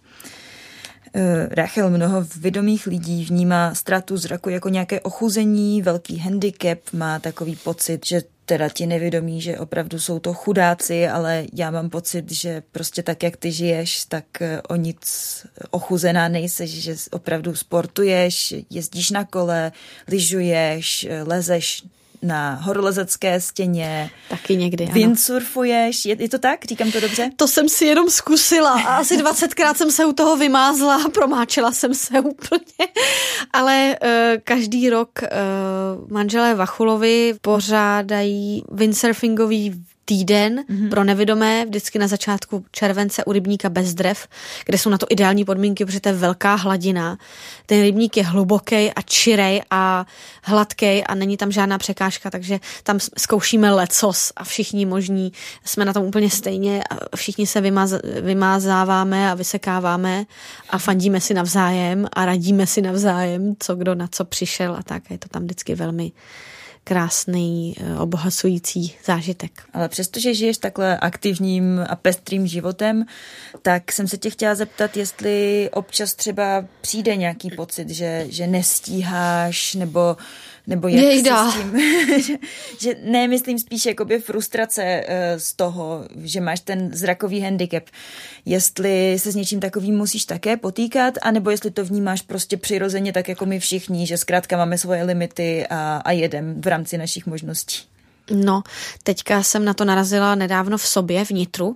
Ráchel, mnoho vidomých lidí vnímá ztrátu zraku jako nějaké ochuzení, velký handicap, má takový pocit, že teda ti nevědomí, že opravdu jsou to chudáci, ale já mám pocit, že prostě tak, jak ty žiješ, tak o nic ochuzená nejseš, že opravdu sportuješ, jezdíš na kole, lyžuješ, lezeš na horolezecké stěně. Taky někdy, ano. Windsurfuješ, je to tak? Říkám to dobře? To jsem si jenom zkusila a asi 20krát jsem se u toho vymázla, promáčela jsem se úplně. Ale každý rok manželé Vachulovi pořádají windsurfingový týden pro nevidomé, vždycky na začátku července u rybníka Bezdrev, kde jsou na to ideální podmínky, protože to je velká hladina. Ten rybník je hluboký a čirej a hladký a není tam žádná překážka, takže tam zkoušíme lecos a všichni možní jsme na tom úplně stejně a všichni se vymázáváme a vysekáváme a fandíme si navzájem a radíme si navzájem, co kdo na co přišel a tak. Je to tam vždycky velmi krásný, obohacující zážitek. Ale přestože žiješ takhle aktivním a pestrým životem, tak jsem se tě chtěla zeptat, jestli občas třeba přijde nějaký pocit, že nestíháš, nebo jak se s tím, že ne, myslím spíš jakoby frustrace z toho, že máš ten zrakový handicap. Jestli se s něčím takovým musíš také potýkat, anebo jestli to vnímáš prostě přirozeně tak jako my všichni, že zkrátka máme svoje limity a jedem v rámci našich možností. No, teďka jsem na to narazila nedávno v sobě, vnitru,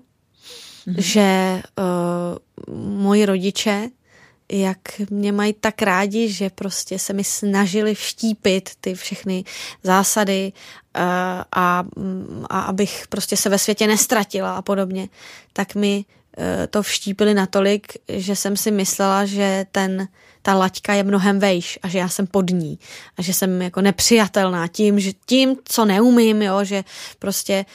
že moji rodiče jak mě mají tak rádi, že prostě se mi snažili vštípit ty všechny zásady a abych prostě se ve světě nestratila a podobně, tak mi to vštípili natolik, že jsem si myslela, že ta laťka je mnohem vejš a že já jsem pod ní a že jsem jako nepřijatelná tím, co neumím, jo, že prostě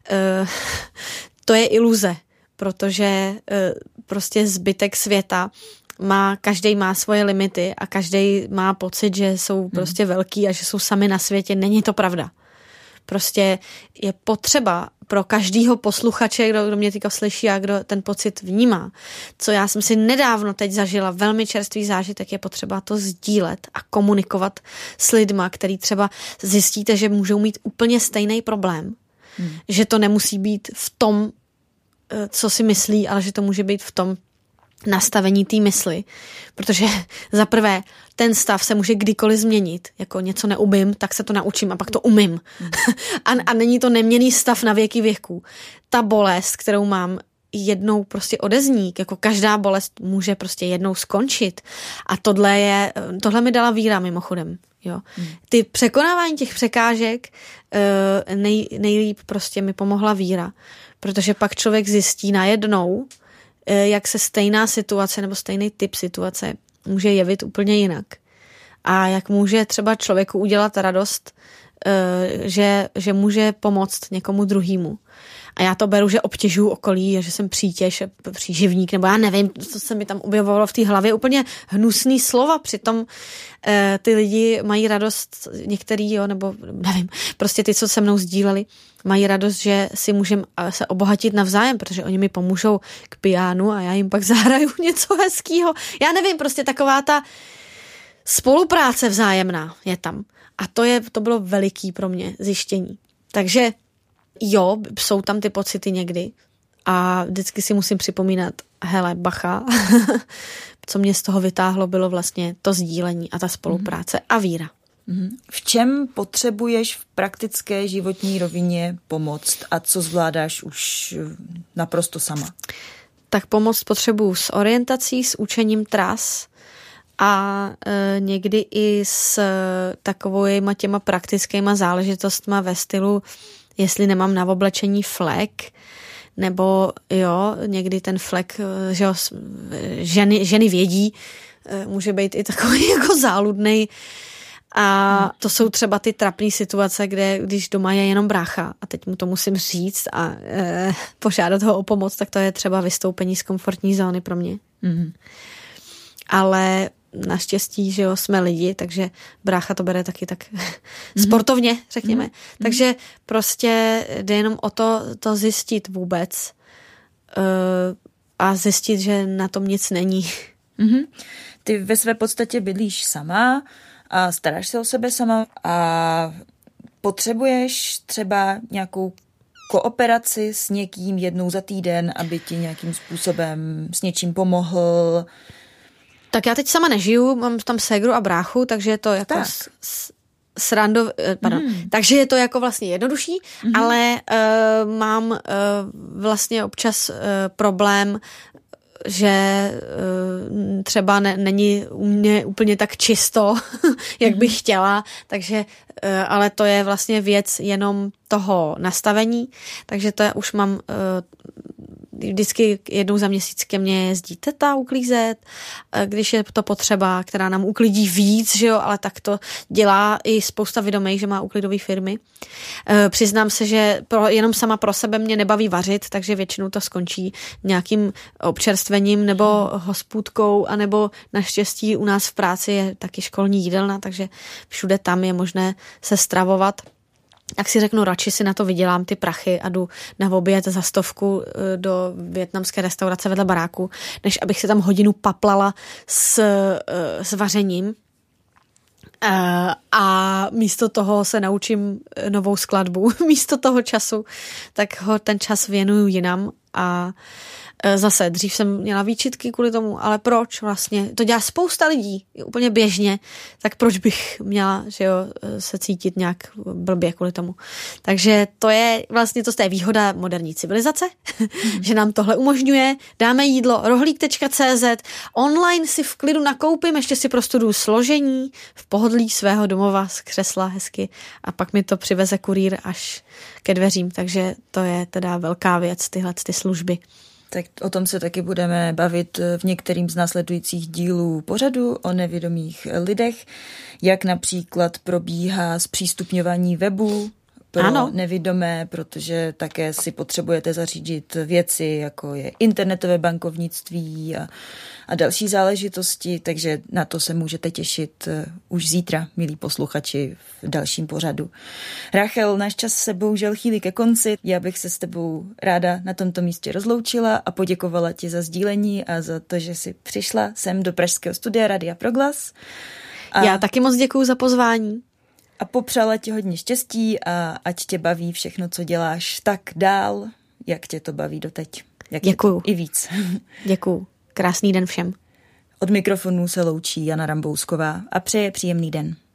to je iluze, protože prostě zbytek světa každej má svoje limity a každej má pocit, že jsou prostě velký a že jsou sami na světě. Není to pravda. Prostě je potřeba pro každýho posluchače, kdo mě teďka slyší a kdo ten pocit vnímá. Co já jsem si nedávno teď zažila, velmi čerstvý zážitek, je potřeba to sdílet a komunikovat s lidma, který třeba zjistíte, že můžou mít úplně stejný problém. Že to nemusí být v tom, co si myslí, ale že to může být v tom nastavení té mysli, protože za prvé ten stav se může kdykoliv změnit, jako něco neumím, tak se to naučím a pak to umím. A není to neměnný stav na věky věků. Ta bolest, kterou mám, jednou prostě odezní, jako každá bolest může prostě jednou skončit a tohle mi dala víra mimochodem. Jo. Ty překonávání těch překážek nejlíp prostě mi pomohla víra, protože pak člověk zjistí najednou, jak se stejná situace nebo stejný typ situace může jevit úplně jinak. A jak může třeba člověku udělat radost, že může pomoct někomu druhému. A já to beru, že obtěžuju okolí a že jsem přítěž, příživník, nebo já nevím, co se mi tam objevovalo v té hlavě. Úplně hnusný slova, přitom ty lidi mají radost, některý, jo, nebo nevím, prostě ty, co se mnou sdíleli, mají radost, že si můžeme se obohatit navzájem, protože oni mi pomůžou k pianu a já jim pak zahraju něco hezkýho. Já nevím, prostě taková ta spolupráce vzájemná je tam. A to bylo veliký pro mě zjištění. Takže jo, jsou tam ty pocity někdy a vždycky si musím připomínat, hele, bacha, co mě z toho vytáhlo, bylo vlastně to sdílení a ta spolupráce a víra. V čem potřebuješ v praktické životní rovině pomoct a co zvládáš už naprosto sama? Tak pomoc potřebuju s orientací, s učením tras a někdy i s takovými těma praktickýma záležitostma ve stylu, jestli nemám na oblečení flek, nebo jo, někdy ten flek, že jo, ženy vědí, může být i takový jako záludnej. A to jsou třeba ty trapné situace, když doma je jenom brácha a teď mu to musím říct a požádat ho o pomoc, tak to je třeba vystoupení z komfortní zóny pro mě. Ale naštěstí, že jo, jsme lidi, takže brácha to bere taky tak sportovně, řekněme. Takže prostě jde jenom o to zjistit vůbec a zjistit, že na tom nic není. Ty ve své podstatě bydlíš sama a staráš se o sebe sama a potřebuješ třeba nějakou kooperaci s někým jednou za týden, aby ti nějakým způsobem s něčím pomohl? Tak já teď sama nežiju, mám tam ségru a bráchu, takže je to jako takže je to jako vlastně jednodušší, ale mám vlastně občas problém, že třeba není u mě úplně tak čisto, jak bych chtěla, takže, ale to je vlastně věc jenom toho nastavení, takže to já už mám vždycky jednou za měsíc ke mně jezdí teta uklízet, když je to potřeba, která nám uklidí víc, že jo, ale tak to dělá i spousta vědomých, že má uklidové firmy. Přiznám se, že jenom sama pro sebe mě nebaví vařit, takže většinou to skončí nějakým občerstvením nebo hospůdkou, anebo naštěstí u nás v práci je taky školní jídelna, takže všude tam je možné se stravovat. Tak si řeknu, radši si na to vydělám ty prachy a jdu na oběd za 100 do vietnamské restaurace vedle baráku, než abych si tam hodinu paplala s vařením. A místo toho se naučím novou skladbu, místo toho času, tak ho ten čas věnuju jinam a zase dřív jsem měla výčitky kvůli tomu, ale proč vlastně? To dělá spousta lidí, úplně běžně, tak proč bych měla, že jo, se cítit nějak blbě kvůli tomu. Takže to je vlastně to je výhoda moderní civilizace, že nám tohle umožňuje, dáme jídlo rohlík.cz, online si v klidu nakoupím, ještě si prostuduju složení v pohodlí svého domova z křesla hezky a pak mi to přiveze kurýr až ke dveřím, takže to je teda velká věc, tyhle ty služby. Tak o tom se taky budeme bavit v některým z následujících dílů pořadu o nevědomých lidech, jak například probíhá zpřístupňování webu pro nevidomé, protože také si potřebujete zařídit věci, jako je internetové bankovnictví a další záležitosti, takže na to se můžete těšit už zítra, milí posluchači, v dalším pořadu. Rachel, náš čas se bohužel chýlí ke konci. Já bych se s tebou ráda na tomto místě rozloučila a poděkovala ti za sdílení a za to, že jsi přišla sem do pražského studia Radia Proglas. Já taky moc děkuju za pozvání. A popřála ti hodně štěstí a ať tě baví všechno, co děláš, tak dál, jak tě to baví doteď. Děkuju. I víc. Děkuju. Krásný den všem. Od mikrofonu se loučí Jana Rambousková a přeje příjemný den.